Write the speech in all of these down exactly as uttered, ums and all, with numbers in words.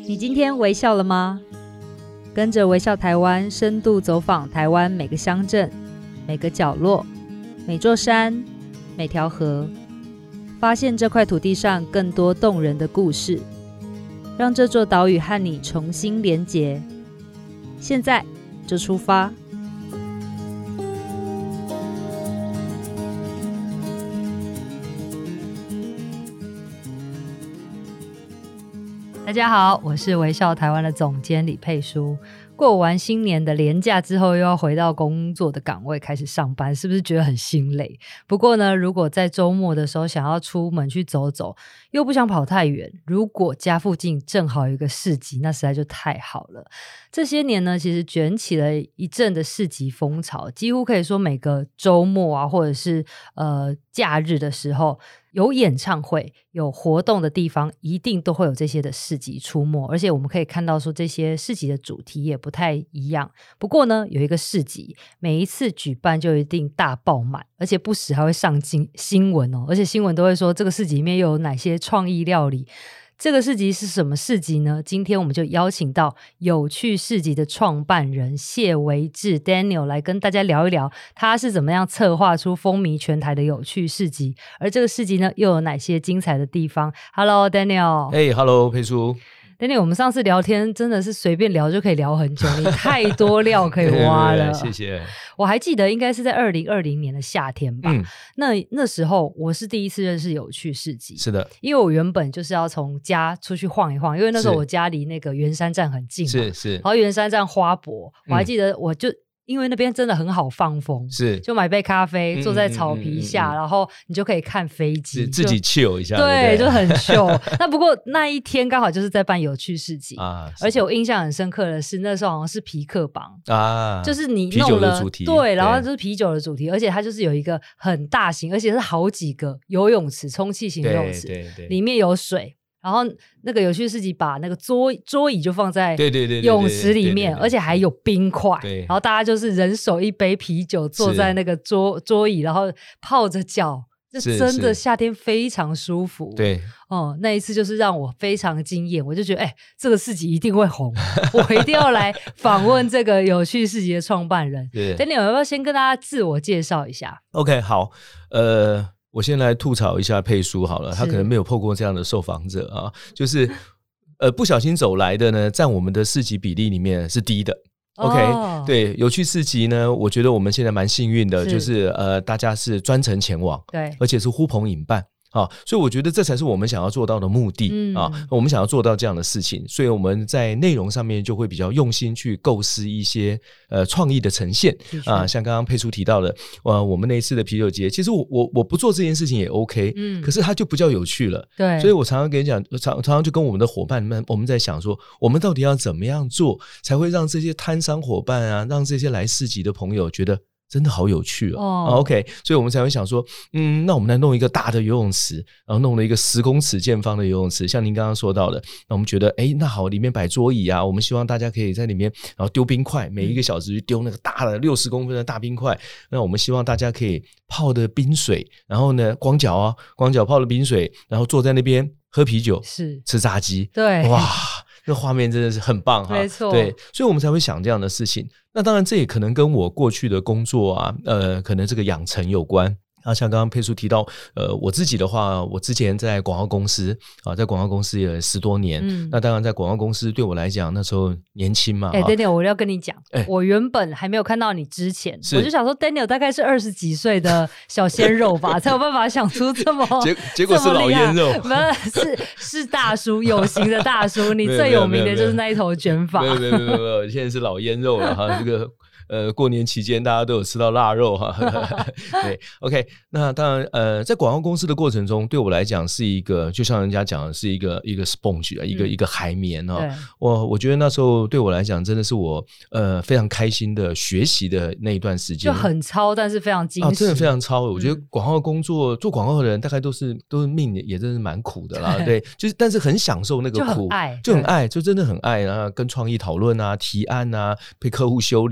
你今天微笑了吗？跟着微笑台湾深度走访台湾每个乡镇、每个角落、每座山、每条河，发现这块土地上更多动人的故事，让这座岛屿和你重新连结。现在就出发！大家好，我是微笑台湾的总监李佩书。过完新年的连假之后，又要回到工作的岗位开始上班，是不是觉得很心累？不过呢，如果在周末的时候想要出门去走走，又不想跑太远，如果家附近正好有一个市集，那实在就太好了。这些年呢，其实卷起了一阵的市集风潮，几乎可以说每个周末啊，或者是呃假日的时候，有演唱会、有活动的地方，一定都会有这些的市集出没。而且我们可以看到说，这些市集的主题也不太一样。不过呢，有一个市集，每一次举办就一定大爆满，而且不时还会上新闻哦。而且新闻都会说，这个市集里面又有哪些创意料理。这个市集是什么市集呢？今天我们就邀请到有趣市集的创办人谢维志 Daniel 来跟大家聊一聊，他是怎么样策划出风靡全台的有趣市集，而这个市集呢又有哪些精彩的地方。 Hello Daniel。 嘿、hey, Hello 佩书。 Daniel， 我们上次聊天真的是随便聊就可以聊很久，你太多料可以挖了。 谢谢。 我还记得应该是在二零二零年的夏天吧、嗯、那那时候我是第一次认识有趣市集。 是的， 因为我原本就是要从家出去晃一晃，因为那时候我家离那个圆山站很近嘛， 是是， 然后圆山站花博、嗯、我还记得我就因为那边真的很好放风，是就买杯咖啡、嗯、坐在草皮下、嗯嗯嗯、然后你就可以看飞机， 自己 chill 一下。 对, 对, 对，就很 chill 那不过那一天刚好就是在办有趣市集、啊、而且我印象很深刻的是那时候好像是皮克邦啊，就是你弄了啤酒的主题，对，然后就是啤酒的主题，而且它就是有一个很大型，而且是好几个游泳池，充气型游泳池，对对对，里面有水，然后那个有趣市集把那个桌桌椅就放在泳池里面，而且还有冰块，然后大家就是人手一杯啤酒，坐在那个桌桌椅，然后泡着脚，就真的夏天非常舒服。对，哦、嗯，那一次就是让我非常惊艳，我就觉得哎、欸，这个市集一定会红，我一定要来访问这个有趣市集的创办人。Daniel， 要不要先跟大家自我介绍一下 ？OK， 好，呃。我先来吐槽一下佩书好了，他可能没有碰过这样的受访者啊，就是呃不小心走来的呢，占我们的市集比例里面是低的。OK，、哦、对，有趣市集呢，我觉得我们现在蛮幸运的，是就是呃大家是专程前往，对，而且是呼朋引伴。啊，所以我觉得这才是我们想要做到的目的、嗯、啊！我们想要做到这样的事情，所以我们在内容上面就会比较用心去构思一些呃创意的呈现啊。像刚刚佩书提到的，呃，我们那一次的啤酒节，其实我我我不做这件事情也 OK， 嗯，可是它就不叫有趣了。对，所以我常常跟你讲，常常常就跟我们的伙伴们，我们在想说，我们到底要怎么样做，才会让这些摊商伙伴啊，让这些来市集的朋友觉得真的好有趣哦、oh. 啊、OK， 所以我们才会想说，嗯，那我们来弄一个大的游泳池，然后弄了一个十公尺见方的游泳池，像您刚刚说到的，那我们觉得，哎，那好，里面摆桌椅啊，我们希望大家可以在里面，然后丢冰块，每一个小时去丢那个大的六十公分的大冰块，那我们希望大家可以泡的冰水，然后呢，光脚啊，光脚泡的冰水，然后坐在那边喝啤酒，是吃炸鸡，对，哇。那画面真的是很棒哈，没错，对，所以我们才会想这样的事情。那当然，这也可能跟我过去的工作啊，呃，可能这个养成有关。那像刚刚佩书提到，呃，我自己的话，我之前在广告公司啊，在广告公司也十多年。嗯，那当然在广告公司对我来讲，那时候年轻嘛。哎、 欸、，Daniel， 我要跟你讲、欸，我原本还没有看到你之前，我就想说 Daniel 大概是二十几岁的小鲜肉吧，才有办法想出这么结结果是老烟肉， 是是大叔，有型的大叔。你最有名的就是那一头卷发。 没有没有没有没有，现在是老烟肉了哈，这个。呃，过年期间大家都有吃到腊肉哈，对 ，OK， 那当然，呃，在广告公司的过程中，对我来讲是一个，就像人家讲的是一个一个 sponge 啊，一个、嗯、一个海绵哦。我我觉得那时候对我来讲，真的是我呃非常开心的学习的那一段时间， 就很超，但是非常精实、啊， 真的非常超。我觉得广告工作、嗯、做广告的人，大概都是都是命也真的是蛮苦的啦，对，就是但是很享受那个苦，就很爱，就很爱，就真的很爱，然后跟创意讨论啊、提案啊、陪客户修理啊，回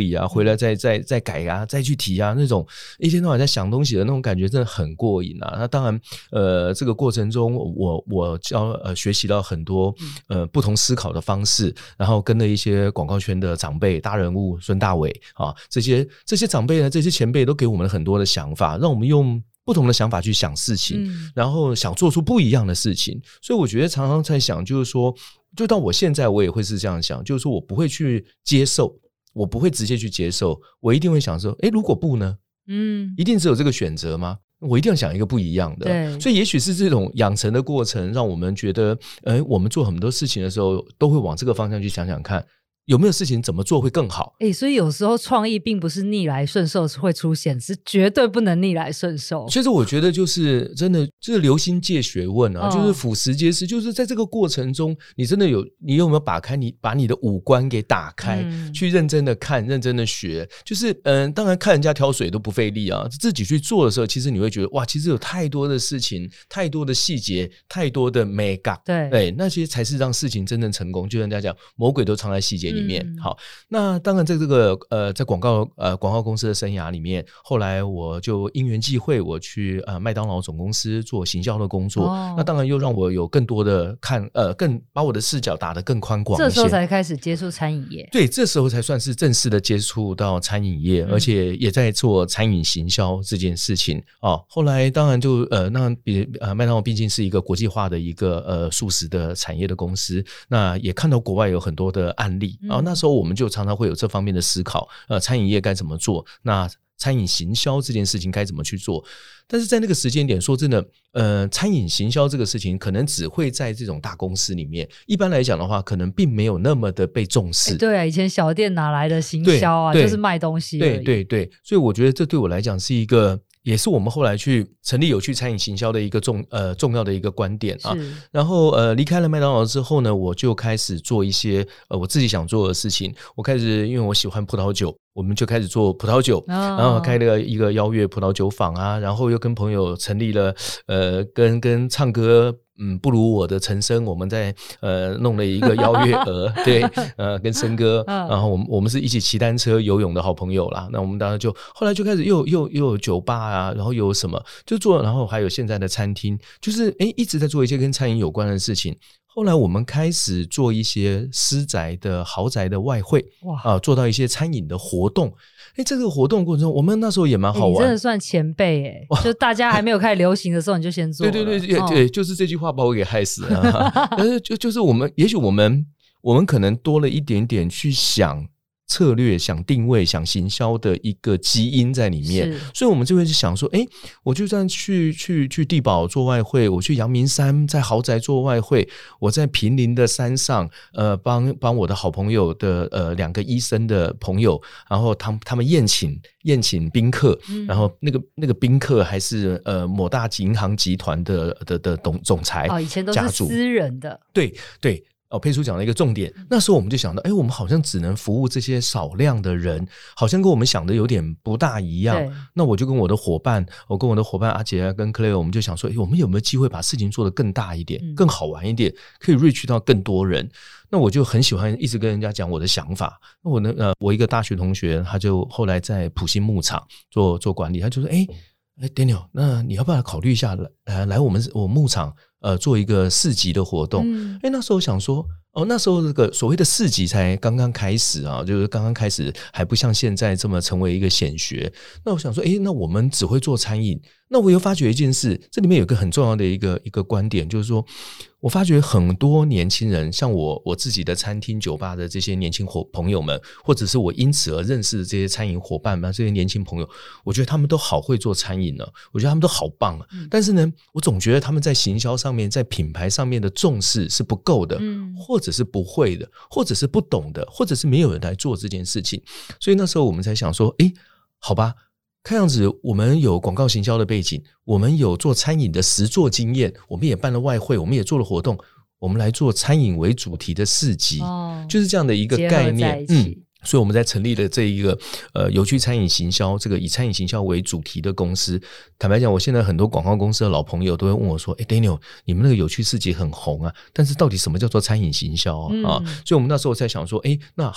回来再再再改啊，再去提啊，那种一天到晚在想东西的那种感觉真的很过瘾啊。那当然呃这个过程中我我教呃学习到很多呃不同思考的方式，然后跟了一些广告圈的长辈大人物孙大伟啊，这些这些长辈呢，这些前辈都给我们很多的想法，让我们用不同的想法去想事情、嗯、然后想做出不一样的事情。所以我觉得常常在想，就是说就到我现在我也会是这样想，就是说我不会去接受，我不会直接去接受，我一定会想说诶如果不呢，嗯，一定只有这个选择吗？我一定要想一个不一样的。对，所以也许是这种养成的过程让我们觉得呃，我们做很多事情的时候都会往这个方向去想想看有没有事情怎么做会更好。 欸、所以有时候创意并不是逆来顺受会出现，是绝对不能逆来顺受。 其实我觉得就是真的就是留心借学问啊、哦、就是俯拾皆是，就是在这个过程中你真的有你有没有把开你把你的五官给打开、嗯、去认真的看认真的学。就是嗯，当然看人家挑水都不费力啊，自己去做的时候其实你会觉得哇，其实有太多的事情太多的细节太多的美感， 对, 对那些才是让事情真正成功。就像人家讲魔鬼都藏在细节里面、嗯、好，那当然在这个呃在广告呃广告公司的生涯里面，后来我就因缘际会我去呃麦当劳总公司做行销的工作、哦、那当然又让我有更多的看呃更把我的视角打得更宽广一些， 这时候才开始接触餐饮业。 对，这时候才算是正式的接触到餐饮业、嗯、而且也在做餐饮行销这件事情哦。后来当然就呃那比呃麦当劳毕竟是一个国际化的一个呃素食的产业的公司，那也看到国外有很多的案例啊、嗯哦，那时候我们就常常会有这方面的思考，呃，餐饮业该怎么做？那餐饮行销这件事情该怎么去做？但是在那个时间点，说真的，呃，餐饮行销这个事情可能只会在这种大公司里面，一般来讲的话，可能并没有那么的被重视。 欸、对啊，以前小店哪来的行销啊？就是卖东西而已。 对对对，所以我觉得这对我来讲是一个。也是我们后来去成立有趣餐饮行销的一个重呃重要的一个观点啊。然后呃离开了麦当劳之后呢，我就开始做一些呃我自己想做的事情。我开始因为我喜欢葡萄酒，我们就开始做葡萄酒，哦、然后开了一个邀月葡萄酒坊啊，然后又跟朋友成立了呃跟跟唱歌。嗯，不如我的陈升，我们在呃弄了一个邀月鹅，对，呃，跟升哥，然后我们我们是一起骑单车游泳的好朋友啦。那我们当然就后来就开始又又又有酒吧啊，然后又有什么就做，然后还有现在的餐厅，就是哎一直在做一些跟餐饮有关的事情。后来我们开始做一些私宅的豪宅的外汇，哇啊，做到一些餐饮的活动。哎，这个活动过程中，我们那时候也蛮好玩。 你真的算前辈哎，就大家还没有开始流行的时候，你就先做了。 对对对，哦、对，就是这句话把我给害死了。但是就就是我们，也许我们我们可能多了一点点去想。策略想定位想行销的一个基因在里面，所以我们就会想说诶我就算去去去地堡做外汇，我去阳明山在豪宅做外汇，我在坪林的山上呃帮帮我的好朋友的呃两个医生的朋友，然后他他们宴请宴请宾客、嗯、然后那个那个宾客还是呃某大银行集团的的的总总裁哦，以前都是私人的， 对对。哦，佩叔讲了一个重点，那时候我们就想到，哎，我们好像只能服务这些少量的人，好像跟我们想的有点不大一样。那我就跟我的伙伴，我跟我的伙伴阿杰跟 Claire， 我们就想说，哎，我们有没有机会把事情做得更大一点、嗯、更好玩一点，可以 reach 到更多人？那我就很喜欢一直跟人家讲我的想法。那我呢，呃，我一个大学同学，他就后来在埔心牧场做做管理，他就说，哎。哎 ，Daniel， 那你要不要考虑一下来呃来我们我牧场呃做一个市集的活动？嗯，哎，那时候想说，哦，那时候这个所谓的市集才刚刚开始啊，就是刚刚开始，还不像现在这么成为一个显学。那我想说，哎，那我们只会做餐饮，那我又发觉一件事，这里面有一个很重要的一个一个观点，就是说。我发觉很多年轻人，像我我自己的餐厅酒吧的这些年轻伙朋友们，或者是我因此而认识的这些餐饮伙伴们，这些年轻朋友，我觉得他们都好会做餐饮了，我觉得他们都好棒啊、嗯、但是呢，我总觉得他们在行销上面，在品牌上面的重视是不够的、嗯、或者是不会的，或者是不懂的，或者是没有人来做这件事情。所以那时候我们才想说，诶，好吧，看样子我们有广告行销的背景，我们有做餐饮的实作经验，我们也办了外汇，我们也做了活动，我们来做餐饮为主题的市集、哦、就是这样的一个概念。嗯，所以我们在成立了这一个呃有趣餐饮行销，这个以餐饮行销为主题的公司。坦白讲，我现在很多广告公司的老朋友都会问我说，诶 Daniel， 你们那个有趣市集很红啊，但是到底什么叫做餐饮行销 啊,、嗯、啊所以我们那时候在想说，诶那好，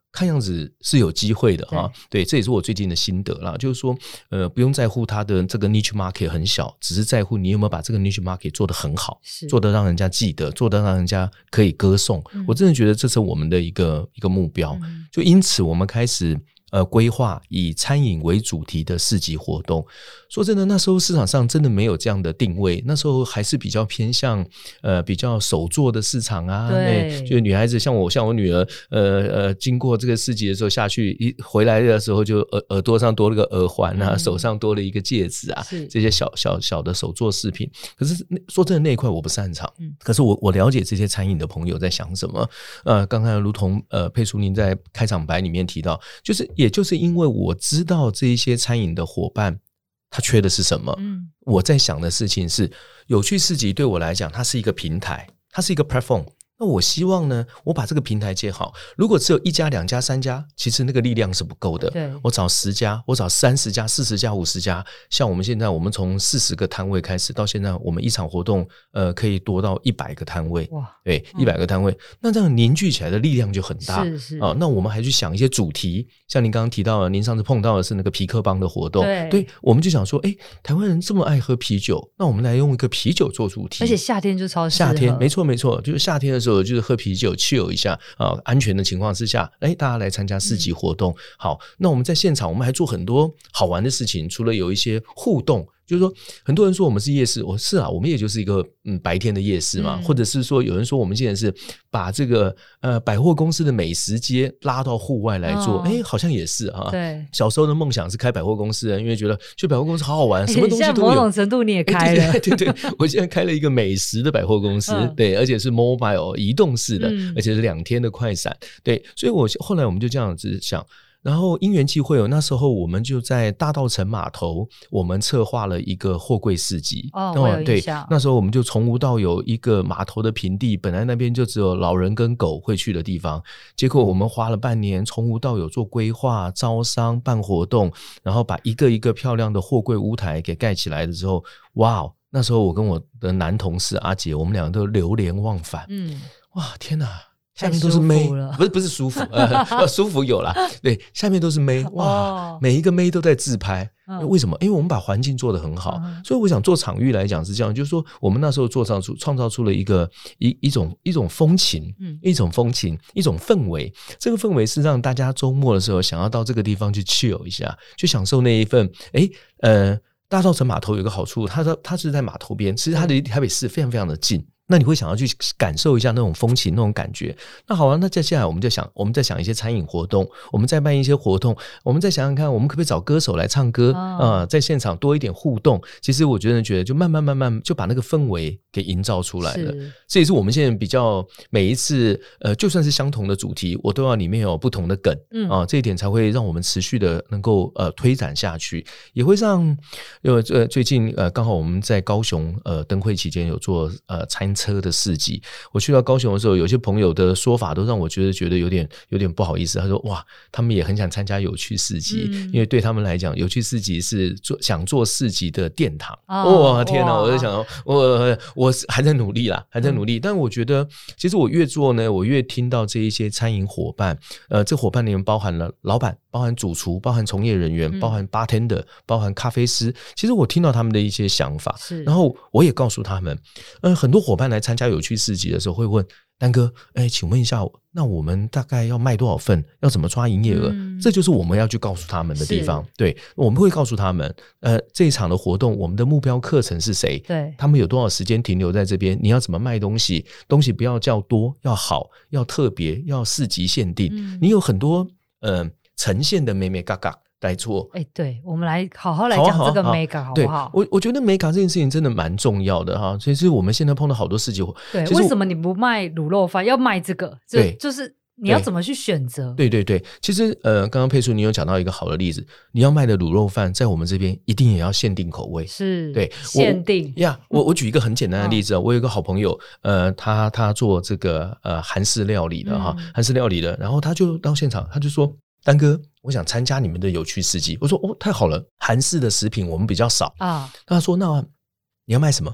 看样子是有机会的哈，对，这也是我最近的心得啦，就是说，呃，不用在乎它的这个 niche market 很小，只是在乎你有没有把这个 niche market 做得很好，做得让人家记得，做得让人家可以歌颂。嗯、我真的觉得这是我们的一个一个目标，嗯、就因此我们开始。呃，规划以餐饮为主题的市集活动。说真的，那时候市场上真的没有这样的定位，那时候还是比较偏向呃比较手作的市场啊。对，就是女孩子像我像我女儿，呃呃，经过这个市集的时候下去，一回来的时候就耳耳朵上多了个耳环啊，嗯、手上多了一个戒指啊，这些小小小的手作饰品。可是说真的，那一块我不擅长。嗯、可是我我了解这些餐饮的朋友在想什么。呃，刚才如同呃佩淑您在开场白里面提到，就是。也就是因为我知道这一些餐饮的伙伴他缺的是什么，嗯、我在想的事情是有趣市集对我来讲它是一个平台，它是一个 platform， 那我希望呢我把这个平台接好，如果只有一家两家三家其实那个力量是不够的，对，我找十家我找三十家四十家五十家，像我们现在我们从四十个摊位开始到现在我们一场活动呃可以多到一百个摊位，哇，对，一百个摊位，嗯、那这样凝聚起来的力量就很大，是是啊，那我们还去想一些主题，像您刚刚提到的，您上次碰到的是那个皮克邦的活动，对，对，我们就想说诶台湾人这么爱喝啤酒，那我们来用一个啤酒做主题， 而且夏天就超适合， 夏天没错没错，就是夏天的时候就是喝啤酒 chill 一下啊，安全的情况之下，诶大家来参加市集活动，嗯、好，那我们在现场我们还做很多好玩的事情，除了有一些互动，就是说很多人说我们是夜市，我是啊，我们也就是一个嗯白天的夜市嘛，嗯、或者是说有人说我们现在是把这个呃百货公司的美食街拉到户外来做，哎、哦，好像也是啊。对，小时候的梦想是开百货公司的，因为觉得去百货公司好好玩，什么东西都有。 某种程度你也开了， 对对 对, 对，我现在开了一个美食的百货公司，嗯、对，而且是 mobile 移动式的，嗯、而且是两天的快闪，对，所以我后来我们就这样子想。然后因缘际会哦，那时候我们就在大稻埕码头，我们策划了一个货柜市集。 哦，我有印象。 对，那时候我们就从无到有一个码头的平地，本来那边就只有老人跟狗会去的地方，结果我们花了半年，从无到有做规划、招商、办活动，然后把一个一个漂亮的货柜屋台给盖起来了之后，哇，那时候我跟我的男同事阿杰，我们两个都流连忘返。嗯，哇，天哪！下面都是妹，不是不是舒服，呃，舒服有啦，对，下面都是妹，哇，哦、每一个妹都在自拍，嗯、为什么？因为我们把环境做得很好，嗯、所以我想做场域来讲是这样，就是说我们那时候做出创造出了一个一一种一种风情，嗯、一种风情，一种氛围。这个氛围是让大家周末的时候想要到这个地方去 chill 一下，去享受那一份，哎，呃，大稻埕码头有个好处，它它是在码头边，其实它离台北市非常非常的近。那你会想要去感受一下那种风情那种感觉，那好啊，那接下来我们就想我们再想一些餐饮活动，我们再办一些活动，我们再想想看我们可不可以找歌手来唱歌啊、哦呃，在现场多一点互动。其实我觉得觉得就慢慢慢慢就把那个氛围给营造出来了，这也是我们现在比较每一次呃就算是相同的主题，我都要里面有不同的梗，嗯啊、呃，这一点才会让我们持续的能够呃推展下去，也会让因为呃最近呃刚好我们在高雄呃灯会期间有做呃餐车的市集，我去到高雄的时候，有些朋友的说法都让我觉得觉得有点有点不好意思。他说：“哇，他们也很想参加有趣市集，嗯、因为对他们来讲，有趣市集是做想做市集的殿堂。哦”哇，天哪！我在想，我我还在努力啦，还在努力。嗯、但我觉得，其实我越做呢，我越听到这一些餐饮伙伴，呃，这伙伴里面包含了老板，包含主厨，包含从业人员，嗯、包含 bartender， 包含咖啡师。其实我听到他们的一些想法，然后我也告诉他们，呃，很多伙伴来参加有趣市集的时候会问丹哥，哎，请问一下，那我们大概要卖多少份？要怎么抓营业额？嗯、这就是我们要去告诉他们的地方。对，我们会告诉他们，呃，这一场的活动，我们的目标客层是谁？对，他们有多少时间停留在这边？你要怎么卖东西？东西不要叫多，要好，要特别，要市集限定。嗯、你有很多呃呈现的美美嘎嘎。来做， 哎，对，我们来好好来讲这个 mega 好不好？ 我我觉得 mega 这件事情真的蛮重要的哈，所以是我们现在碰到好多事情。 对，为什么你不卖卤肉饭，要卖这个？对，就是你要怎么去选择？ 对对对，其实呃，刚刚佩淑你有讲到一个好的例子，你要卖的卤肉饭在我们这边一定也要限定口味， 是， 对， 限定呀。我我举一个很简单的例子啊，我有一个好朋友，呃，他他做这个呃韩式料理的哈，韩式料理的，然后他就到现场，他就说。丹哥，我想参加你们的有趣市集。我说哦，太好了，韩式的食品我们比较少啊。他说那你要卖什么？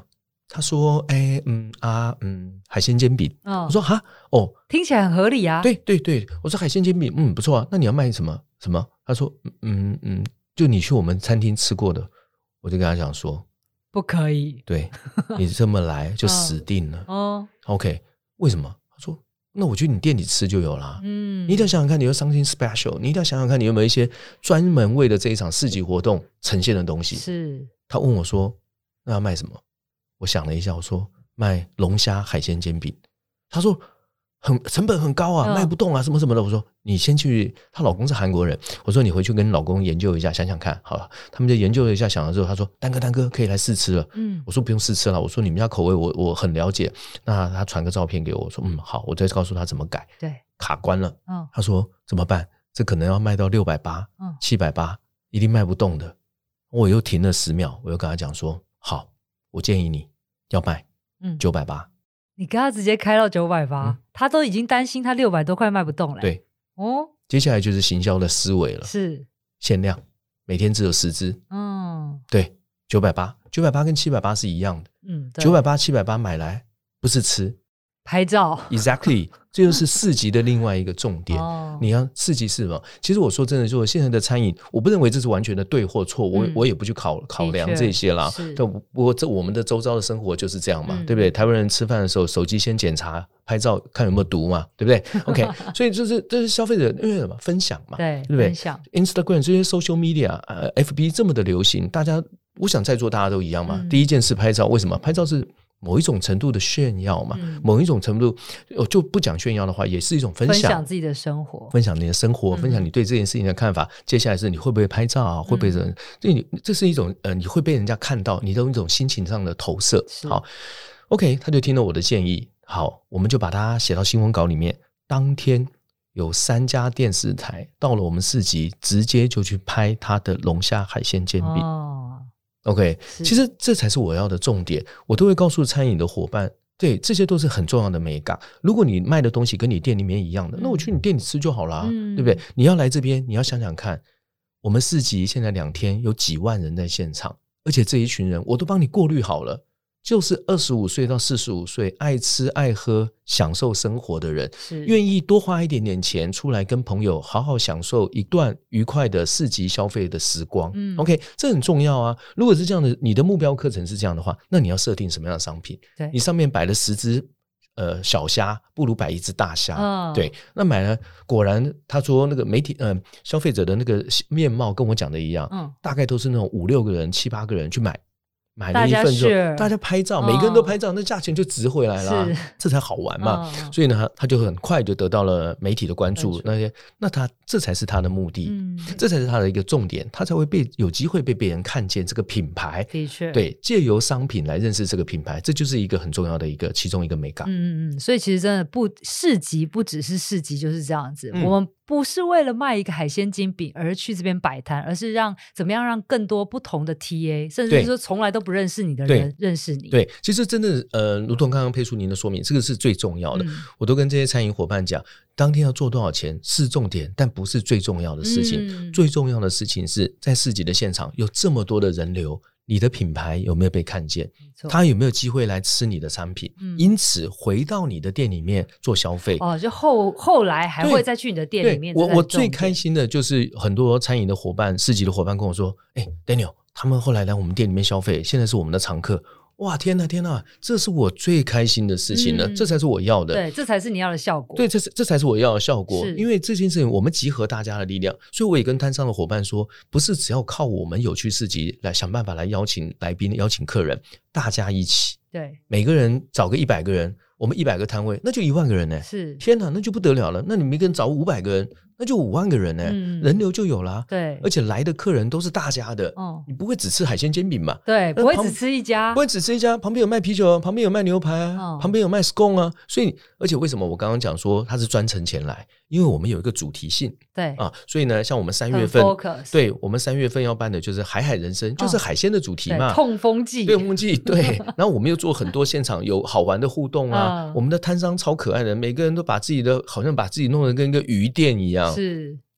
他说哎嗯啊嗯海鲜煎饼、哦、我说哈哦听起来很合理啊， 对对对，我说海鲜煎饼嗯不错啊，那你要卖什么什么？他说嗯嗯就你去我们餐厅吃过的。我就跟他讲说不可以， 对你这么来就死定了哦 OK 为什么？他说那我去你店里吃就有啦。嗯，你一定要想想看你有 something special， 你一定要想想看你有没有一些专门为了这一场市集活动呈现的东西。 是， 他问我说那要卖什么？我想了一下，我说卖龙虾海鲜煎饼。他说很成本很高啊、哦、卖不动啊什么什么的。我说你先去，她老公是韩国人，我说你回去跟老公研究一下想想看好了。他们就研究了一下，想了之后他说丹哥丹哥可以来试吃了。嗯，我说不用试吃了，我说你们家口味我我很了解。那他传个照片给我，我说嗯好，我再告诉他怎么改。 对， 卡关了、哦、他说怎么办？这可能要卖到六百八十、七百八十一定卖不动的。我又停了十秒，我又跟他讲说好，我建议你要卖九百八十。 你跟他直接开到九百八十，他都已经担心他六百多块卖不动了。 对哦，接下来就是行销的思维了， 是限量，每天只有十只。嗯，对，九百八十，九百八十跟七百八十是一样的。嗯，九百八十、七百八十买来不是吃， 拍照。 Exactly， 这就是市集的另外一个重点。哦、你要市集是什么？其实我说真的，说现在的餐饮，我不认为这是完全的对或错，我、嗯、我也不去考考量这些啦。但不过这我们的周遭的生活就是这样嘛，嗯、对不对？台湾人吃饭的时候，手机先检查拍照，看有没有毒嘛，对不对 ？OK， 所以就是这是消费者因为什么分享嘛， 对， 对不对？ 分享 Instagram 这些 social media， 呃 ，F B 这么的流行，大家我想在座大家都一样嘛。嗯、第一件事拍照，为什么？拍照是某一种程度的炫耀嘛，嗯、某一种程度，我就不讲炫耀的话，也是一种分享， 分享自己的生活， 分享你的生活，嗯、分享你对这件事情的看法。接下来是你会不会拍照啊？嗯、会不会人？这你这是一种呃，你会被人家看到，你的一种心情上的投射。好 ，OK， 他就听了我的建议，好，我们就把它写到新闻稿里面。当天有三家电视台到了我们市集，直接就去拍他的龙虾海鲜煎饼。哦OK， 其实这才是我要的重点，我都会告诉餐饮的伙伴，对，这些都是很重要的美感。如果你卖的东西跟你店里面一样的，嗯、那我去你店里吃就好啦，嗯、对不对？你要来这边，你要想想看，我们市集现在两天有几万人在现场，而且这一群人我都帮你过滤好了，就是二十五岁到四十五岁，爱吃爱喝享受生活的人，愿意多花一点点钱出来跟朋友好好享受一段愉快的市集消费的时光。嗯、OK， 这很重要啊。如果是这样的，你的目标课程是这样的话，那你要设定什么样的商品？对，你上面摆了十只呃小虾，不如摆一只大虾。哦、对，那买了，果然他说那个媒体呃消费者的那个面貌跟我讲的一样，嗯、大概都是那种五六个人、七八个人去买。买了一份之后，大 家, 大家拍照、哦，每个人都拍照，那价钱就值回来了，这才好玩嘛。哦、所以呢，他就很快就得到了媒体的关注，那些那他这才是他的目的，嗯、这才是他的一个重点，他才会被有机会被别人看见这个品牌。 的确， 对，借由商品来认识这个品牌，这就是一个很重要的一个其中一个美感。 嗯嗯，所以其实真的不市集不只是市集就是这样子，嗯、我们不是为了卖一个海鲜煎饼而去这边摆摊，而是让怎么样让更多不同的 T A， 甚至是说从来都不认识你的人认识你。 对，其实真的呃，如同刚刚佩叔您的说明，这个是最重要的。嗯、我都跟这些餐饮伙伴讲，当天要做多少钱是重点，但不是最重要的事情。嗯、最重要的事情是在市集的现场有这么多的人流，你的品牌有没有被看见？他有没有机会来吃你的产品？嗯、因此回到你的店里面做消费。 哦，就后后来还会再去你的店里面。 我我最开心的就是很多餐饮的伙伴、市集的伙伴跟我说：“哎 ，Daniel， 他们后来来我们店里面消费，现在是我们的常客。”哇，天哪天哪，这是我最开心的事情了，嗯、这才是我要的。 对，这才是你要的效果。 对，这这才是我要的效果。因为这件事情我们集合大家的力量，所以我也跟摊商的伙伴说，不是只要靠我们有趣市集来想办法来邀请来宾、邀请客人，大家一起。 对， 每个人找个一百个人，我们一百个摊位，那就一万个人呢。 是， 天哪，那就不得了了。那你每个人找五百个人，那就五万个人呢，嗯、人流就有了。 对， 而且来的客人都是大家的，哦、你不会只吃海鲜煎饼嘛？ 对，不会只吃一家， 不会只吃一家，旁边有卖啤酒，旁边有卖牛排啊，哦、旁边有卖 scone 啊。所以，而且为什么我刚刚讲说他是专程前来？因为我们有一个主题性， 对啊，所以呢，像我们三月份，对，我们三月份要办的就是海海人生，哦、就是海鲜的主题嘛， 痛风季， 对，痛风季，对。然后我们又做很多现场有好玩的互动啊，嗯、我们的摊商超可爱的，每个人都把自己的好像把自己弄得跟一个鱼店一样， 是。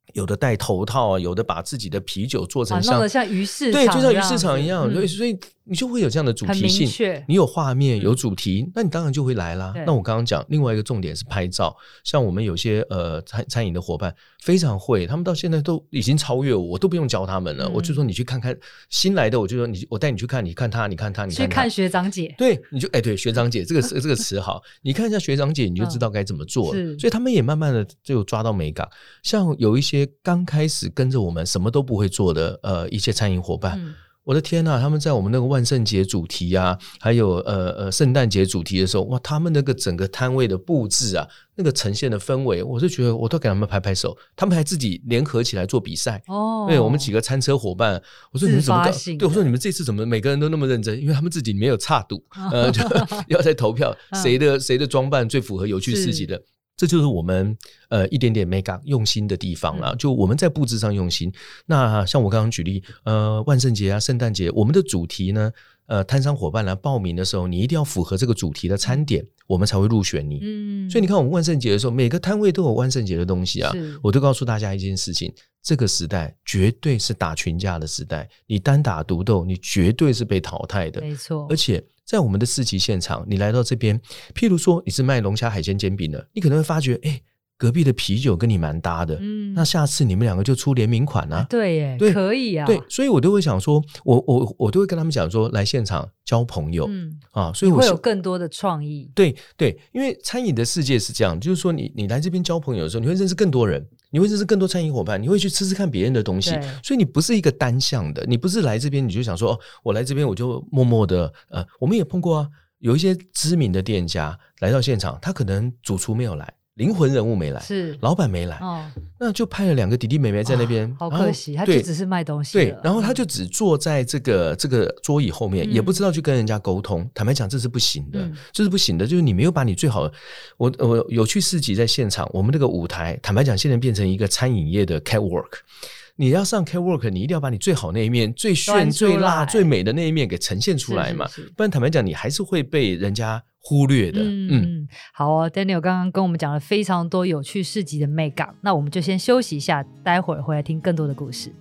有的戴头套啊，有的把自己的啤酒做成像、 啊、弄得像鱼市场， 对，就像鱼市场一样，对、 嗯， 所以你就会有这样的主题性， 很你有画面有主题、嗯、那你当然就会来啦。那我刚刚讲另外一个重点是拍照，像我们有些呃餐餐饮的伙伴非常会，他们到现在都已经超越我，我都不用教他们了、嗯、我就说你去看看新来的，我就说你我带你去看，你看他你看他你看他， 去看学长姐， 对，你就哎对学长姐这个这个词好，你看一下学长姐你就知道该怎么做了、嗯、所以他们也慢慢的就抓到美感。像有一些刚开始跟着我们什么都不会做的呃一些餐饮伙伴、嗯，我的天啊，他们在我们那个万圣节主题啊，还有呃呃圣诞节主题的时候，哇，他们那个整个摊位的布置啊，那个呈现的氛围，我就觉得我都给他们拍拍手，他们还自己联合起来做比赛。哦，对，我们几个餐车伙伴，我说你们怎么搞？对，我说你们这次怎么每个人都那么认真？因为他们自己没有差赌，呃，就要在投票谁的谁的装扮最符合有趣市集的。这就是我们呃一点点 make up 用心的地方啦、嗯、就我们在布置上用心。那像我刚刚举例呃万圣节啊圣诞节，我们的主题呢呃摊商伙伴来报名的时候，你一定要符合这个主题的餐点、嗯、我们才会入选你。嗯，所以你看我们万圣节的时候，每个摊位都有万圣节的东西啊，我都告诉大家一件事情，这个时代绝对是打群架的时代，你单打独斗你绝对是被淘汰的。 没错， 而且在我们的市集现场，你来到这边，譬如说你是卖龙虾海鲜煎饼的，你可能会发觉哎，隔壁的啤酒跟你蛮搭的、嗯、那下次你们两个就出联名款啊。 对耶，对，可以啊。 对，所以我都会想说我我我都会跟他们讲说来现场交朋友、嗯啊、所以我会有更多的创意。 对对，因为餐饮的世界是这样，就是说你你来这边交朋友的时候，你会认识更多人，你会认识更多餐饮伙伴，你会去吃吃看别人的东西，所以你不是一个单向的，你不是来这边你就想说、哦、我来这边我就默默的呃，我们也碰过啊，有一些知名的店家来到现场，他可能主厨没有来，灵魂人物没来，是老板没来、哦、那就派了两个弟弟妹妹在那边、 哦、好可惜，他就只是卖东西了。 对，然后他就只坐在这个这个桌椅后面、嗯、也不知道去跟人家沟通，坦白讲这是不行的、嗯、这是不行的，就是你没有把你最好的我我有趣市集在现场，我们那个舞台坦白讲现在变成一个餐饮业的 catwalk，你要上 catwalk 你一定要把你最好那一面最炫最辣最美的那一面给呈现出来嘛，是是是，不然坦白讲你还是会被人家忽略的。嗯嗯，好哦 Daniel 刚刚跟我们讲了非常多有趣市集的美感，那我们就先休息一下，待会儿回来听更多的故事。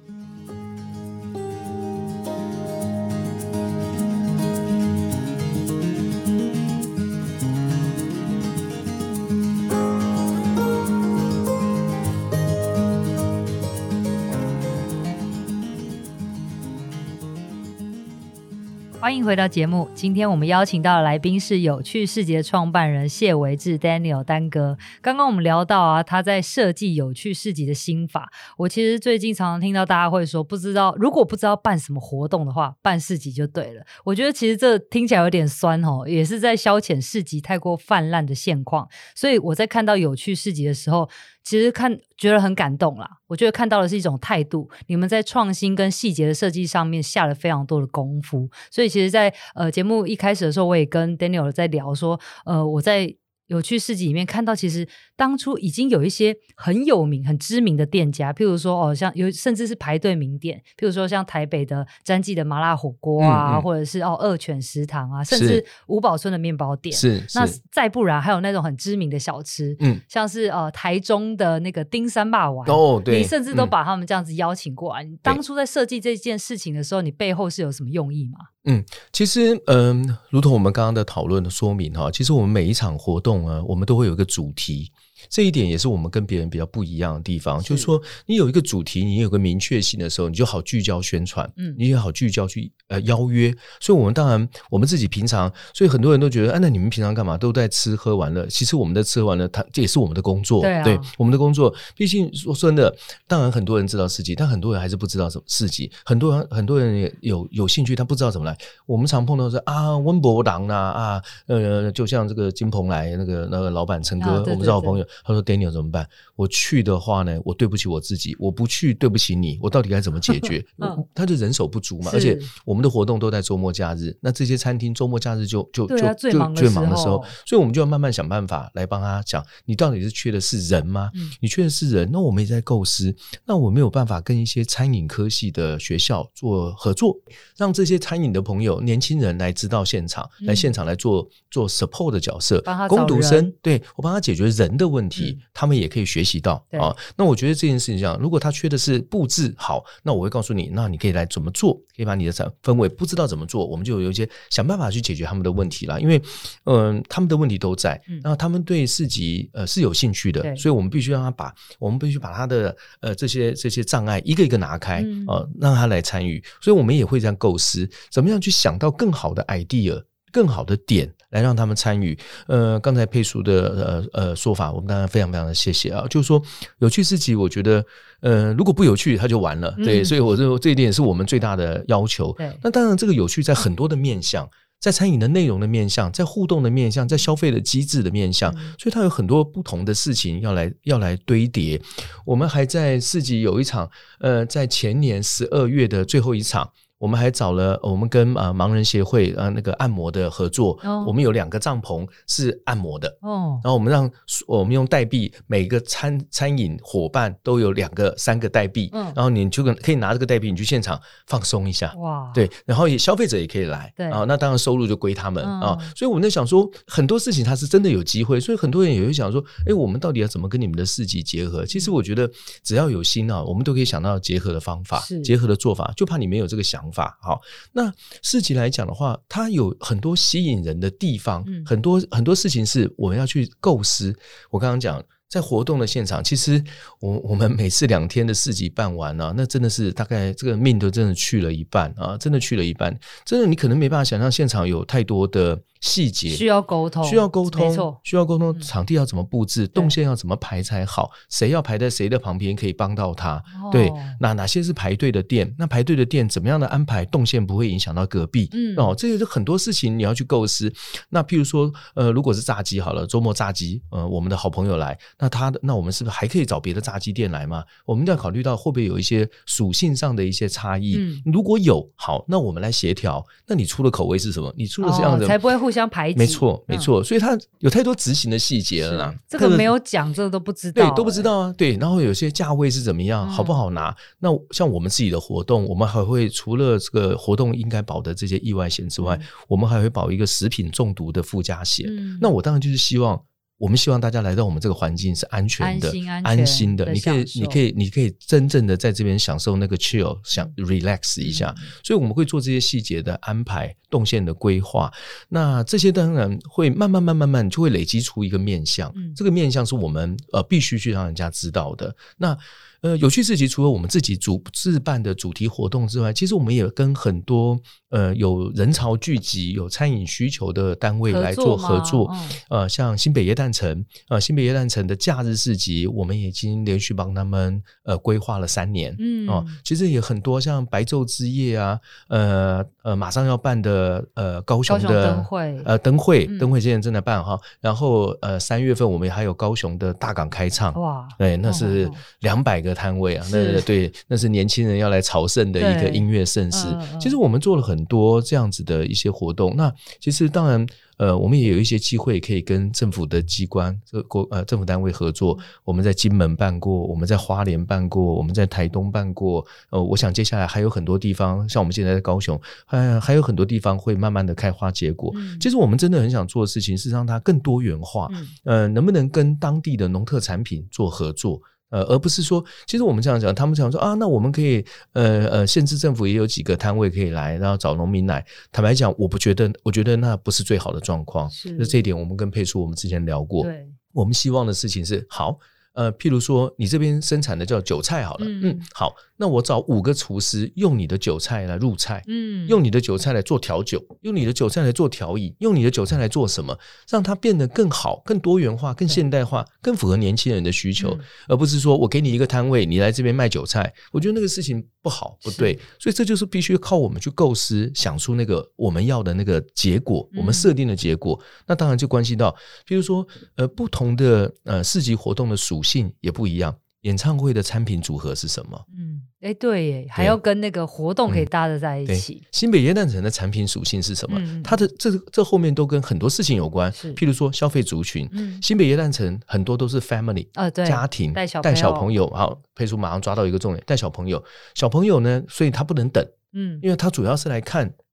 欢迎回到节目，今天我们邀请到的来宾是有趣市集的创办人谢维志 Daniel 丹哥。刚刚我们聊到啊，他在设计有趣市集的心法。我其实最近常常听到大家会说，不知道如果不知道办什么活动的话，办市集就对了。我觉得其实这听起来有点酸哦，也是在消遣市集太过泛滥的现况。所以我在看到有趣市集的时候，其实看觉得很感动啦。我觉得看到的是一种态度，你们在创新跟细节的设计上面下了非常多的功夫。所以其实在呃节目一开始的时候，我也跟 Daniel 在聊说，呃我在有趣市集里面看到，其实当初已经有一些很有名很知名的店家，譬如说哦，像有甚至是排队名店，譬如说像台北的詹记的麻辣火锅啊，嗯嗯，或者是哦二犬食堂啊，甚至五宝村的面包店，是是，那再不然还有那种很知名的小吃，嗯，像是呃台中的那个丁三霸丸哦，对，你甚至都把他们这样子邀请过来。嗯，你当初在设计这件事情的时候，你背后是有什么用意吗？ 嗯，其实嗯、呃，如同我们刚刚的讨论的说明哈，其实我们每一场活动啊，我们都会有一个主题。这一点也是我们跟别人比较不一样的地方，是就是说你有一个主题，你有个明确性的时候，你就好聚焦宣传，嗯，你也好聚焦去呃邀约。所以我们当然我们自己平常，所以很多人都觉得，啊，那你们平常干嘛？都在吃喝玩乐。其实我们的吃喝玩乐，它这也是我们的工作，对啊，对，我们的工作。毕竟说真的，当然很多人知道市集，但很多人还是不知道什么市集。很多人很多人也有有兴趣，他不知道怎么来。我们常碰到是啊，温博郎啊啊，呃，就像这个金鹏来那个那个老板陈哥，啊，对对对，我们是好朋友。他说 Daniel 怎么办？我去的话呢，我对不起我自己，我不去对不起你，我到底该怎么解决？嗯，他就人手不足嘛，而且我们的活动都在周末假日，那这些餐厅周末假日就就就、啊、最忙的时候，所以我们就要慢慢想办法来帮他讲，你到底是缺的是人吗？嗯，你缺的是人，那我们也在构思，那我没有办法跟一些餐饮科系的学校做合作，让这些餐饮的朋友年轻人来知道现场，嗯，来现场来做做 support 的角色，工读生，对，我帮他解决人的问题问题、 嗯、 他们也可以学习到啊。那我觉得这件事情上，如果他缺的是布置好，那我会告诉你，那你可以来怎么做，可以把你的氛围不知道怎么做，我们就有一些想办法去解决他们的问题啦。因为嗯、呃，他们的问题都在，然后他们对市集呃是有兴趣的，所以我们必须让他把我们必须把他的呃这些这些障碍一个一个拿开、嗯呃、让他来参与。所以我们也会这样构思，怎么样去想到更好的 idea， 更好的点来让他们参与。呃，刚才佩叔的呃呃说法，我们当然非常非常的谢谢啊。就是说有趣市集，我觉得呃如果不有趣，它就完了。对，嗯、所以我认为这一点也是我们最大的要求。那当然，这个有趣在很多的面向。在餐饮的内容的面向，在互动的面向，在消费的机制的面向、嗯、所以它有很多不同的事情要来要来堆叠。我们还在市集有一场呃，在前年十二月的最后一场，我们还找了我们跟呃盲人协会呃那个按摩的合作、哦、我们有两个帐篷是按摩的、哦、然后我们让我们用代币，每个餐餐饮伙伴都有两个三个代币、嗯、然后你就可以拿这个代币你去现场放松一下。哇，对，然后也消费者也可以来，对啊，那当然收入就归他们、嗯、啊。所以我们在想说很多事情它是真的有机会，所以很多人也会想说，哎，我们到底要怎么跟你们的市集结合？其实我觉得只要有心啊，我们都可以想到结合的方法，结合的做法，就怕你没有这个想法。好，那市集来讲的话，它有很多吸引人的地方、嗯、很多很多事情是我们要去构思。我刚刚讲在活动的现场，其实我我们每次两天的市集办完啊，那真的是大概这个命都真的去了一半啊，真的去了一半，真的你可能没办法想象现场有太多的细节需要沟通， 需要沟通， 没错， 需要沟通，场地要怎么布置、嗯、动线要怎么排才好，谁要排在谁的旁边可以帮到他、哦、对，那哪些是排队的店，那排队的店怎么样的安排动线不会影响到隔壁、嗯、哦，这些是很多事情你要去构思。那譬如说呃，如果是炸鸡好了，周末炸鸡呃，我们的好朋友来，那他那我们是不是还可以找别的炸鸡店来嘛？我们要考虑到会不会有一些属性上的一些差异、嗯、如果有，好，那我们来协调，那你出的口味是什么，你出的这样的、 哦、才不会互相排挤。 没错没错、嗯、所以它有太多执行的细节了啦， 这个没有讲这个都不知道、欸、 对，都不知道啊。对，然后有些价位是怎么样、嗯、好不好拿。那像我们自己的活动，我们还会除了这个活动应该保的这些意外险之外、嗯、我们还会保一个食品中毒的附加险、嗯、那我当然就是希望我们希望大家来到我们这个环境是安全的、安心、安心的，你可以、你可以、你可以真正的在这边享受那个 chill， 想 relax 一下、嗯。所以我们会做这些细节的安排、动线的规划。那这些当然会慢慢、慢慢、慢慢就会累积出一个面向。嗯、这个面向是我们呃必须去让人家知道的。那呃，有趣市集除了我们自己主自办的主题活动之外，其实我们也跟很多呃有人潮聚集、有餐饮需求的单位来做合作。合作嗯、呃，像新北耶诞城，呃，新北耶诞城的假日市集，我们已经连续帮他们呃规划了三年。嗯，哦，其实也很多像白昼之夜啊，呃呃，马上要办的呃高雄的灯会， 呃灯会，灯会今年正在办哈。然后呃三月份我们还有高雄的大港开唱，哇，对，那是两百个摊位啊，那对，那是年轻人要来朝圣的一个音乐盛事。嗯、其实我们做了很多这样子的一些活动。那其实当然，呃，我们也有一些机会可以跟政府的机关、呃政府单位合作。我们在金门办过，我们在花莲办过，我们在台东办过。呃，我想接下来还有很多地方，像我们现在在高雄，还还有很多地方会慢慢的开花结果。嗯、其实我们真的很想做的事情是让它更多元化。嗯、呃，能不能跟当地的农特产品做合作？呃，而不是说，其实我们这样讲，他们讲说啊，那我们可以，呃呃，县市政府也有几个摊位可以来，然后找农民来。坦白讲，我不觉得，我觉得那不是最好的状况。是，这一点我们跟佩叔我们之前聊过。对，我们希望的事情是好。呃，譬如说你这边生产的叫韭菜好了，嗯, 嗯，好，那我找五个厨师用你的韭菜来入菜，嗯，用你的韭菜来做调酒，用你的韭菜来做调饮，用你的韭菜来做什么，让它变得更好、更多元化、更现代化、更符合年轻人的需求，嗯、而不是说我给你一个摊位，你来这边卖韭菜，我觉得那个事情不好不对，所以这就是必须靠我们去构思，想出那个我们要的那个结果，我们设定的结果，嗯、那当然就关系到，譬如说呃不同的呃市集活动的属性也不一样，演唱会的产品组合是什么？嗯， 哎，对耶，还要跟那个活动可以搭得在一起。 嗯、新北耶诞城的产品属性是什么？嗯、它的这这后面都跟很多事情有关，譬如说消费族群。嗯、新北耶诞城很多都是 family，呃、家庭带小, 带小朋友。好，佩叔马上抓到一个重点，带小朋友。小朋友呢，所以他不能等，嗯，因为他主要是来看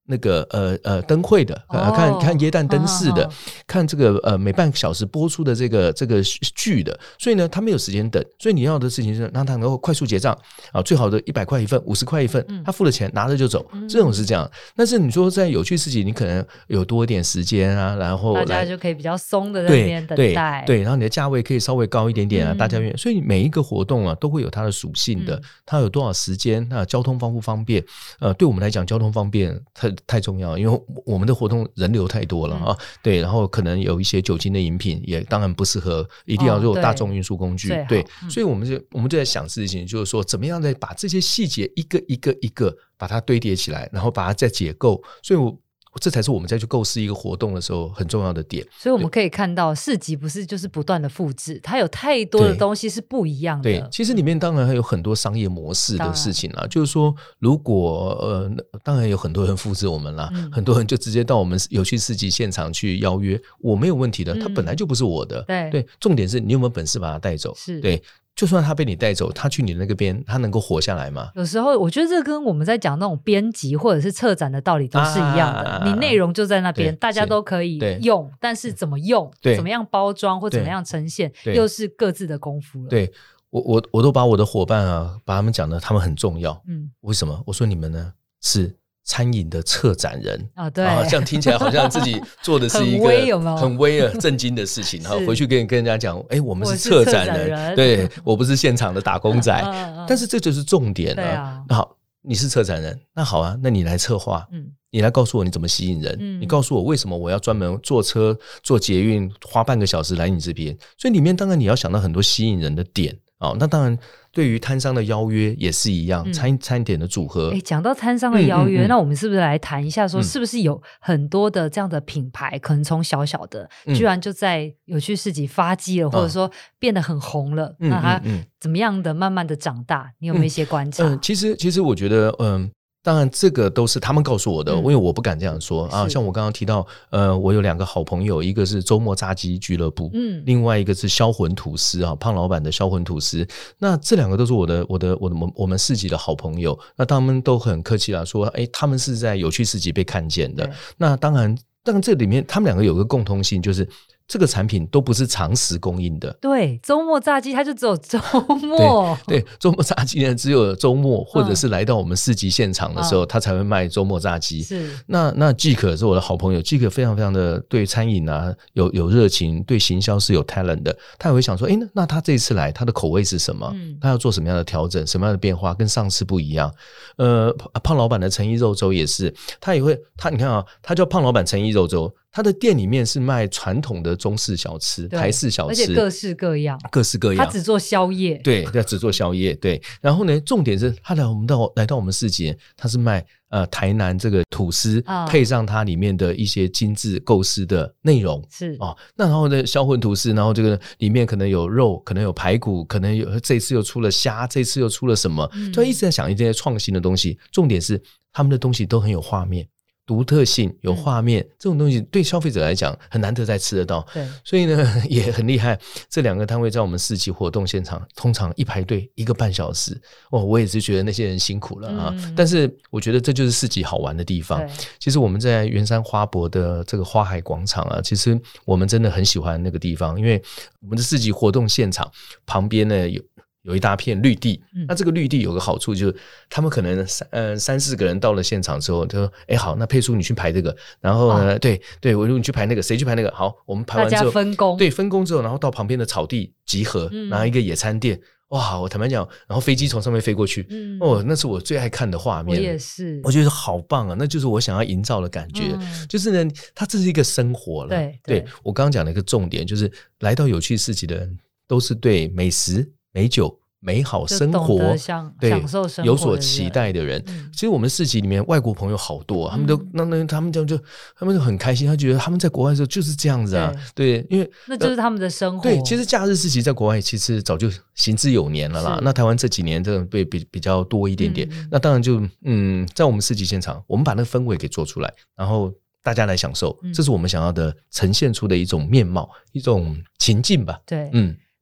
那个呃呃灯会的，呃、 哦、 看看耶诞灯饰的， 好好好看这个呃每半个小时播出的这个这个剧的，所以呢他没有时间等，所以你要的事情是让他能够快速结账啊，最好的一百块一份，五十块一份，他付了钱拿着就走，嗯、这种是这样。但是你说在有趣市集，你可能有多一点时间啊，然后大家就可以比较松的在那边等待， 对对，然后你的价位可以稍微高一点点啊， 嗯、 大家愿意，所以每一个活动啊都会有它的属性的，嗯、它有多少时间，那交通方不方便？呃，对我们来讲，交通方便太太重要，因为我们的活动人流太多了啊，嗯、对，然后可能有一些酒精的饮品，也当然不适合，一定要有大众运输工具，哦、对，对嗯、所以我们就我们就在想事情，就是说怎么样再把这些细节一个一个一个把它堆叠起来，然后把它再解构，所以我。这才是我们再去构思一个活动的时候很重要的点。 所以我们可以看到市集不是就是不断的复制，它有太多的东西是不一样的。 对，其实里面当然还有很多商业模式的事情啦，就是说如果呃，当然有很多人复制我们啦，嗯、很多人就直接到我们有趣市集现场去邀约，我没有问题的，它本来就不是我的。嗯、对对，重点是你有没有本事把它带走。 是， 对。就算他被你带走，他去你那个边，他能够活下来吗？ 有时候我觉得这跟我们在讲那种编辑或者是策展的道理都是一样的。啊、你内容就在那边，大家都可以用，但是怎么用、怎么样包装或怎么样呈现，又是各自的功夫了。 对，我我我都把我的伙伴啊，把他们讲的他们很重要。嗯，为什么？我说你们呢是餐饮的策展人啊，对啊，这样听起来好像自己做的是一个很威有没有很威啊、震惊的事情。然后回去跟跟人家讲，哎，我们是策展人， 我人对我不是现场的打工仔。 嗯嗯、 但是这就是重点啊。 啊好，你是策展人，那好啊，那你来策划，嗯，你来告诉我你怎么吸引人，嗯、你告诉我为什么我要专门坐车坐捷运花半个小时来你这边。所以里面当然你要想到很多吸引人的点。哦，那当然对于摊商的邀约也是一样，嗯、餐餐点的组合。 讲到摊商的邀约，嗯嗯嗯、那我们是不是来谈一下说是不是有很多的这样的品牌，嗯、可能从小小的居然就在有趣市集发迹了，嗯、或者说变得很红了，嗯、那它怎么样的慢慢的长大，你有没有一些观察？ 嗯嗯、其实其实我觉得嗯当然这个都是他们告诉我的，嗯、因为我不敢这样说啊。像我刚刚提到呃我有两个好朋友，一个是周末炸鸡俱乐部，嗯，另外一个是销魂吐司啊，胖老板的销魂吐司。那这两个都是我的我的我的我们市集的好朋友，那他们都很客气啦，说哎他们是在有趣市集被看见的。那当然当然这里面他们两个有个共通性，就是这个产品都不是常时供应的。 对，周末炸鸡它就只有周末。 对对，周末炸鸡呢只有周末，或者是来到我们市集现场的时候，嗯、他才会卖周末炸鸡。是，那那季可是我的好朋友，季可非常非常的对餐饮啊有有热情，对行销是有 talent 的。他也会想说，哎，那他这一次来，他的口味是什么？嗯、他要做什么样的调整，什么样的变化，跟上次不一样。呃，胖老板的诚意肉粥也是，他也会，他你看啊，他叫胖老板诚意肉粥。他的店里面是卖传统的中式小吃、台式小吃， 而且各式各样， 各式各样。 他只做宵夜， 对，他只做宵夜，对。然后呢，重点是他来我们到来到我们市集，他是卖呃台南这个吐司，哦、配上它里面的一些精致构思的内容， 是哦。那然后呢，销魂吐司，然后这个里面可能有肉，可能有排骨，可能有这次又出了虾，这次又出了什么，嗯、就一直在想一些创新的东西。重点是他们的东西都很有画面。独特性有画面、嗯、这种东西对消费者来讲很难得再吃得到，对，所以呢也很厉害。这两个摊位在我们市集活动现场通常一排队一个半小时，哦，我也是觉得那些人辛苦了啊、嗯、但是我觉得这就是市集好玩的地方。其实我们在圆山花博的这个花海广场啊，其实我们真的很喜欢那个地方，因为我们的市集活动现场旁边呢有有一大片绿地、嗯、那这个绿地有个好处就是他们可能三呃三四个人到了现场之后就说哎好，那佩叔你去排这个，然后呢、哦、对对我说你去排那个，谁去排那个，好，我们排完之后大家分工， 对，分工之后然后到旁边的草地集合、嗯、然后一个野餐店，哇，我坦白讲，然后飞机从上面飞过去、嗯、哦，那是我最爱看的画面， 我也是， 我觉得好棒啊，那就是我想要营造的感觉、嗯、就是呢它这是一个生活了。 对, 对, 对我刚刚讲的一个重点就是来到有趣市集的人都是对美食美酒美好生活享对享受生活有所期待的人、嗯、其实我们市集里面外国朋友好多、啊、他们都、嗯、那那他们就就他们就很开心，他觉得他们在国外的时候就是这样子啊， 对, 对，因为那就是他们的生活、 呃、对，其实假日市集在国外其实早就行之有年了啦，那台湾这几年真的被比比较多一点点、嗯、那当然就嗯，在我们市集现场我们把那个氛围给做出来，然后大家来享受、嗯、这是我们想要的呈现出的一种面貌，一种情境吧。 对， 嗯，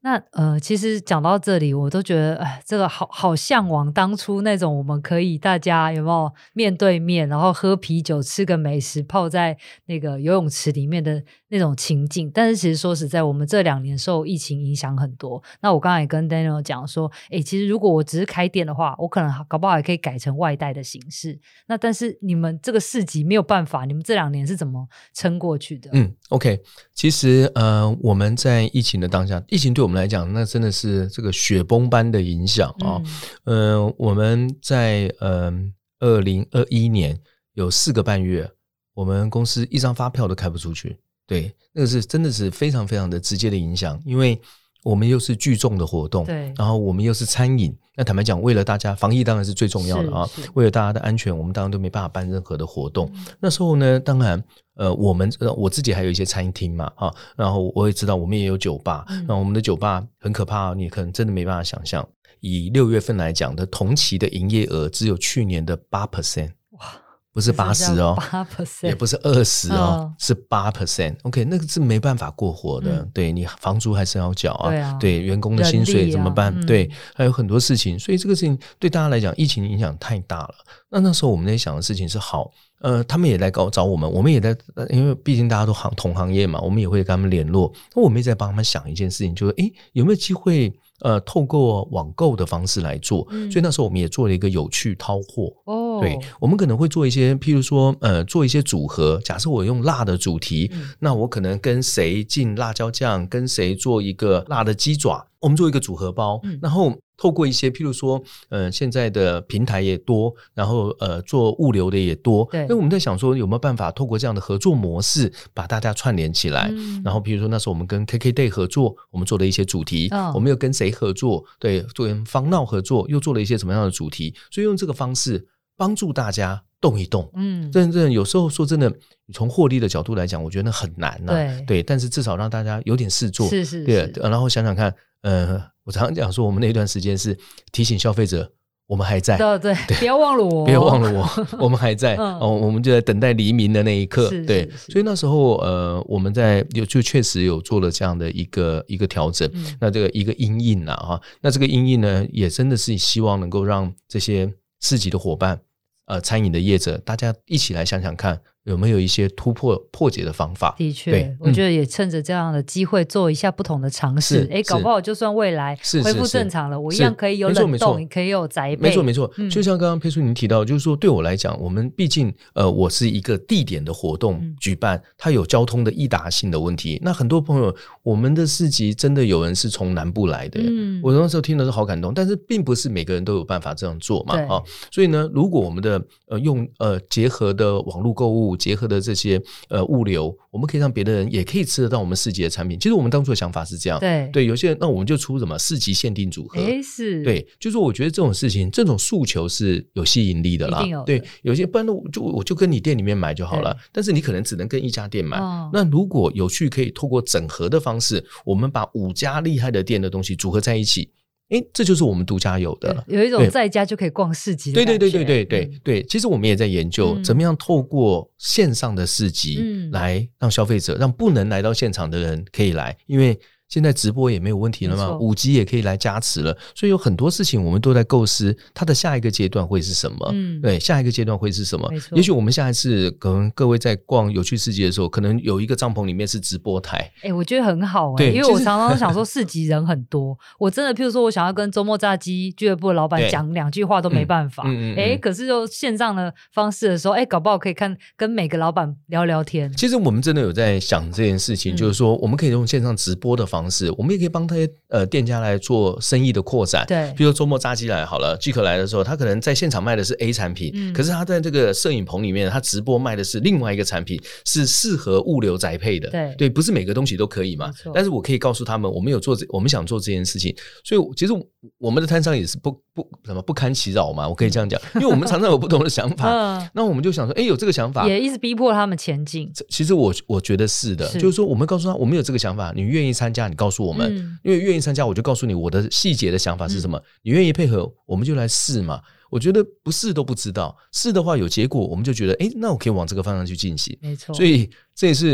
那呃，其实讲到这里，我都觉得，哎，这个好好向往当初那种我们可以大家有没有面对面，然后喝啤酒、吃个美食、泡在那个游泳池里面的那种情境。但是其实说实在，我们这两年受疫情影响很多。那我刚才也跟 Daniel 讲说，哎，其实如果我只是开店的话，我可能搞不好也可以改成外带的形式。那但是你们这个市集没有办法，你们这两年是怎么撑过去的？ 嗯 ，OK， 其实呃，我们在疫情的当下，疫情对我们来讲，那真的是这个雪崩般的影响啊、哦。嗯、呃，我们在呃二零二一年有四个半月，我们公司一张发票都开不出去。对，那个是真的是非常非常的直接的影响，因为我们又是聚众的活动， 对， 然后我们又是餐饮，那坦白讲，为了大家防疫当然是最重要的啊，为了大家的安全，我们当然都没办法办任何的活动。嗯、那时候呢，当然，呃，我们呃我自己还有一些餐厅嘛，啊，然后我也知道我们也有酒吧，嗯、然后我们的酒吧很可怕，你可能真的没办法想象，以六月份来讲的同期的营业额只有去年的 百分之八。哇！不是八十哦，也不是二十哦，哦是 百分之八。OK， 那个是没办法过活的。嗯、对，你房租还是要缴啊，对, 啊对员工的薪水怎么办？啊嗯、对，还有很多事情，所以这个事情对大家来讲，疫情影响太大了。那那时候我们在想的事情是好，呃，他们也来搞找我们，我们也在，因为毕竟大家都行同行业嘛，我们也会跟他们联络。那我们也在帮他们想一件事情，就是诶，有没有机会？呃，透过网购的方式来做，嗯、所以那时候我们也做了一个有趣淘货。哦，对，我们可能会做一些，譬如说，呃，做一些组合。假设我用辣的主题，嗯、那我可能跟谁进辣椒酱，跟谁做一个辣的鸡爪，我们做一个组合包，嗯、然后透过一些譬如说呃现在的平台也多，然后呃做物流的也多，对，那我们在想说有没有办法透过这样的合作模式把大家串联起来，嗯、然后譬如说那时候我们跟 K K Day 合作，我们做了一些主题，哦、我们又跟谁合作，对，做跟方闹合作又做了一些什么样的主题，所以用这个方式帮助大家动一动。嗯，真正有时候说真的，从获利的角度来讲我觉得很难啊，对对，但是至少让大家有点事做，是是是，对，然后想想看，呃我常常讲说我们那段时间是提醒消费者我们还在，对对对， 不要忘了我， 不要忘了我我们还在、嗯哦、我们就在等待黎明的那一刻，对，所以那时候呃我们在有就确实有做了这样的一个一个调整、嗯、那这个一个因应啦、啊、那这个因应呢也真的是希望能够让这些市集的伙伴呃餐饮的业者大家一起来想想看有没有一些突破破解的方法。 的确我觉得也趁着这样的机会做一下不同的尝试，诶搞不好就算未来恢复正常了，我一样可以有冷冻，可以有宅配。 没错没错、嗯、就像刚刚佩书您提到，就是说对我来讲我们毕竟呃我是一个地点的活动举办、嗯、它有交通的易达性的问题，那很多朋友我们的市集真的有人是从南部来的、嗯、我那时候听的是好感动，但是并不是每个人都有办法这样做嘛、哦、所以呢如果我们的呃用呃结合的网络购物结合的这些呃物流，我们可以让别的人也可以吃得到我们市集的产品。其实我们当初的想法是这样，对对，有些人那我们就出什么市集限定组合，诶是，对，就是我觉得这种事情这种诉求是有吸引力的啦，有的对，有些不然我就我就跟你店里面买就好了，但是你可能只能跟一家店买、哦、那如果有趣可以透过整合的方式，我们把五家厉害的店的东西组合在一起，诶这就是我们独家有的， 有一种在家就可以逛市集的感觉。 对对对对对对、嗯、对，其实我们也在研究、嗯、怎么样透过线上的市集来让消费者、嗯、让不能来到现场的人可以来，因为现在直播也没有问题了嘛，五 G 也可以来加持了，所以有很多事情我们都在构思它的下一个阶段会是什么、嗯、对，下一个阶段会是什么，也许我们下一次可能各位在逛有趣市集的时候，可能有一个帐篷里面是直播台， 欸、我觉得很好、欸、因为我常常想说市集人很多我真的譬如说我想要跟周末炸鸡俱乐部的老板讲两句话都没办法、嗯嗯嗯欸、可是就线上的方式的时候、欸、搞不好可以看跟每个老板聊聊天。 其实我们真的有在想这件事情、嗯、就是说我们可以用线上直播的方式，我们也可以帮这些呃店家来做生意的扩展，对，比如周末炸鸡来好了，巨可来的时候他可能在现场卖的是 A 产品、嗯、可是他在这个摄影棚里面他直播卖的是另外一个产品，是适合物流宅配的，对对，不是每个东西都可以嘛，但是我可以告诉他们我们有做我们想做这件事情，所以其实我们的摊商也是不不什么不堪其扰嘛，我可以这样讲，因为我们常常有不同的想法、嗯、那我们就想说哎，有这个想法也一直逼迫他们前进。 其实我我觉得是的，是就是说我们告诉他我们有这个想法，你愿意参加你告诉我们、嗯、因为愿意参加我就告诉你我的细节的想法是什么、嗯、你愿意配合我们就来试嘛，我觉得不试都不知道，试的话有结果我们就觉得哎，那我可以往这个方向去进行，没错，所以这也是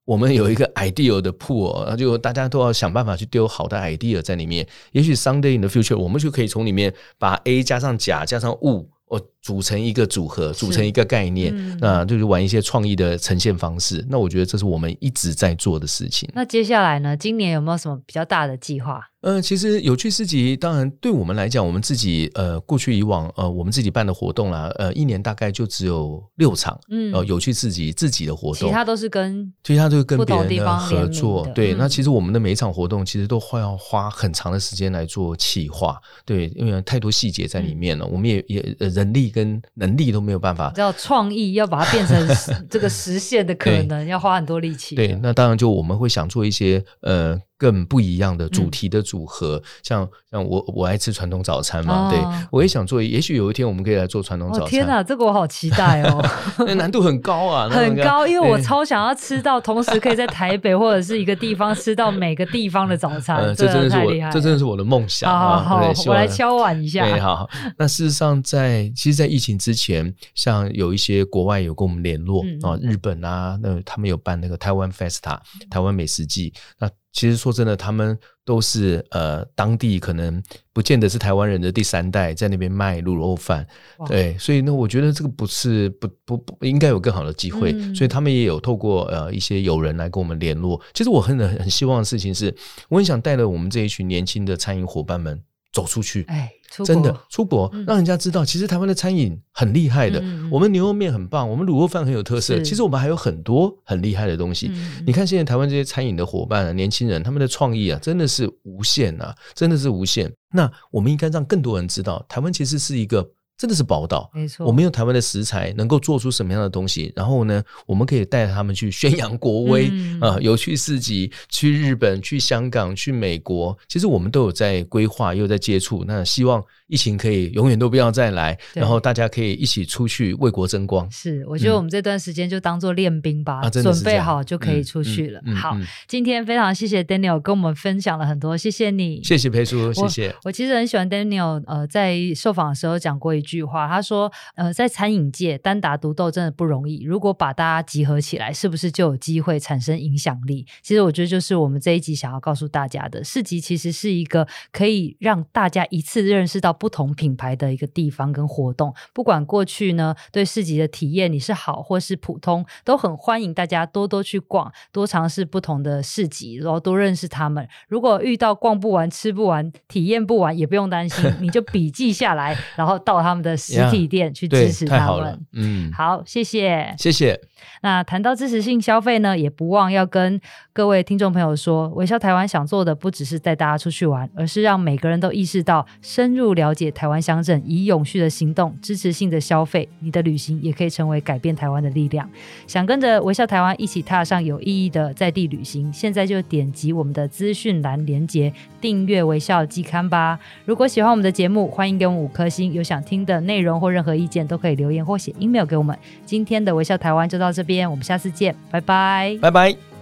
我们有一个 idea 的 pool， 然后就大家都要想办法去丢好的 idea 在里面。也许 someday in the future， 我们就可以从里面把 A 加上甲加上物，哦，组成一个组合，组成一个概念，嗯、那就是玩一些创意的呈现方式。那我觉得这是我们一直在做的事情。 那接下来呢？今年有没有什么比较大的计划？ 呃，其实有趣市集，当然对我们来讲，我们自己呃过去以往呃我们自己办的活动啦，呃一年大概就只有六场，嗯，呃有趣市集自己的活动， 其他都是跟其他都是跟别人的合作，对、 嗯。 那其实我们的每一场活动其实都会要花很长的时间来做企划，对，因为太多细节在里面了，嗯、我们也也人力跟能力都没有办法， 要创意要把它变成这个实现的可能，要花很多力气。 对，那当然就我们会想做一些呃。更不一样的主题的组合，嗯、像像我我爱吃传统早餐嘛，哦、对我也想做，也许有一天我们可以来做传统早餐。 哦、天哪，这个我好期待哦！ 那难度很高啊， 很高，因为我超想要吃到，同时可以在台北或者是一个地方吃到每个地方的早餐，呃、 这真的是我这真的是我的梦想啊！ 好好好，我来敲碗一下。 对，好。那事实上在，其实，在疫情之前，像有一些国外有跟我们联络啊、嗯，日本啊，那他们有办那个台湾 Festa， 台湾美食季，那。其实说真的，他们都是呃当地可能不见得是台湾人的第三代，在那边卖卤肉饭，对，所以呢，我觉得这个不是不不不应该有更好的机会，嗯、所以他们也有透过呃一些友人来跟我们联络。其实我很很希望的事情是，我很想带着我们这一群年轻的餐饮伙伴们走出去， 哎，出真的出国，嗯、让人家知道，其实台湾的餐饮很厉害的。嗯、我们牛肉面很棒，我们卤肉饭很有特色。其实我们还有很多很厉害的东西。嗯、你看现在台湾这些餐饮的伙伴啊，年轻人他们的创意啊，真的是无限啊，真的是无限。那我们应该让更多人知道，台湾其实是一个。真的是宝岛， 没错。 我们用台湾的食材能够做出什么样的东西，然后呢，我们可以带他们去宣扬国威，嗯呃、有趣市集，去日本、去香港、去美国，其实我们都有在规划，又在接触。那希望疫情可以永远都不要再来，然后大家可以一起出去为国争光。 是，我觉得我们这段时间就当做练兵吧， 嗯、 准备好就可以出去了。 嗯嗯嗯、 好，今天非常谢谢 Daniel 跟我们分享了很多，谢谢你， 谢谢培叔，谢谢。 我, 我其实很喜欢 Daniel， 呃，在受访的时候讲过一句话，他说。呃，在餐饮界单打独斗真的不容易，如果把大家集合起来，是不是就有机会产生影响力？其实我觉得就是我们这一集想要告诉大家的，市集其实是一个可以让大家一次认识到不同品牌的一个地方跟活动。不管过去呢对市集的体验你是好或是普通，都很欢迎大家多多去逛，多尝试不同的市集，然后多认识他们。如果遇到逛不完、吃不完、体验不完，也不用担心，你就笔记下来，然后到他们的实体店Yeah.去支持他们， 太好了，嗯， 好，谢谢， 谢谢。 那谈到支持性消费呢，也不忘要跟各位听众朋友说，微笑台湾想做的不只是带大家出去玩，而是让每个人都意识到深入了解台湾乡镇，以永续的行动支持性的消费，你的旅行也可以成为改变台湾的力量。想跟着微笑台湾一起踏上有意义的在地旅行，现在就点击我们的资讯栏连结订阅微笑季刊吧。如果喜欢我们的节目，欢迎给我们五颗星，有想听的内容或任何意见都可以留言或写 email 给我们。今天的微笑台湾就到这边，我们下次见，拜拜， 拜拜。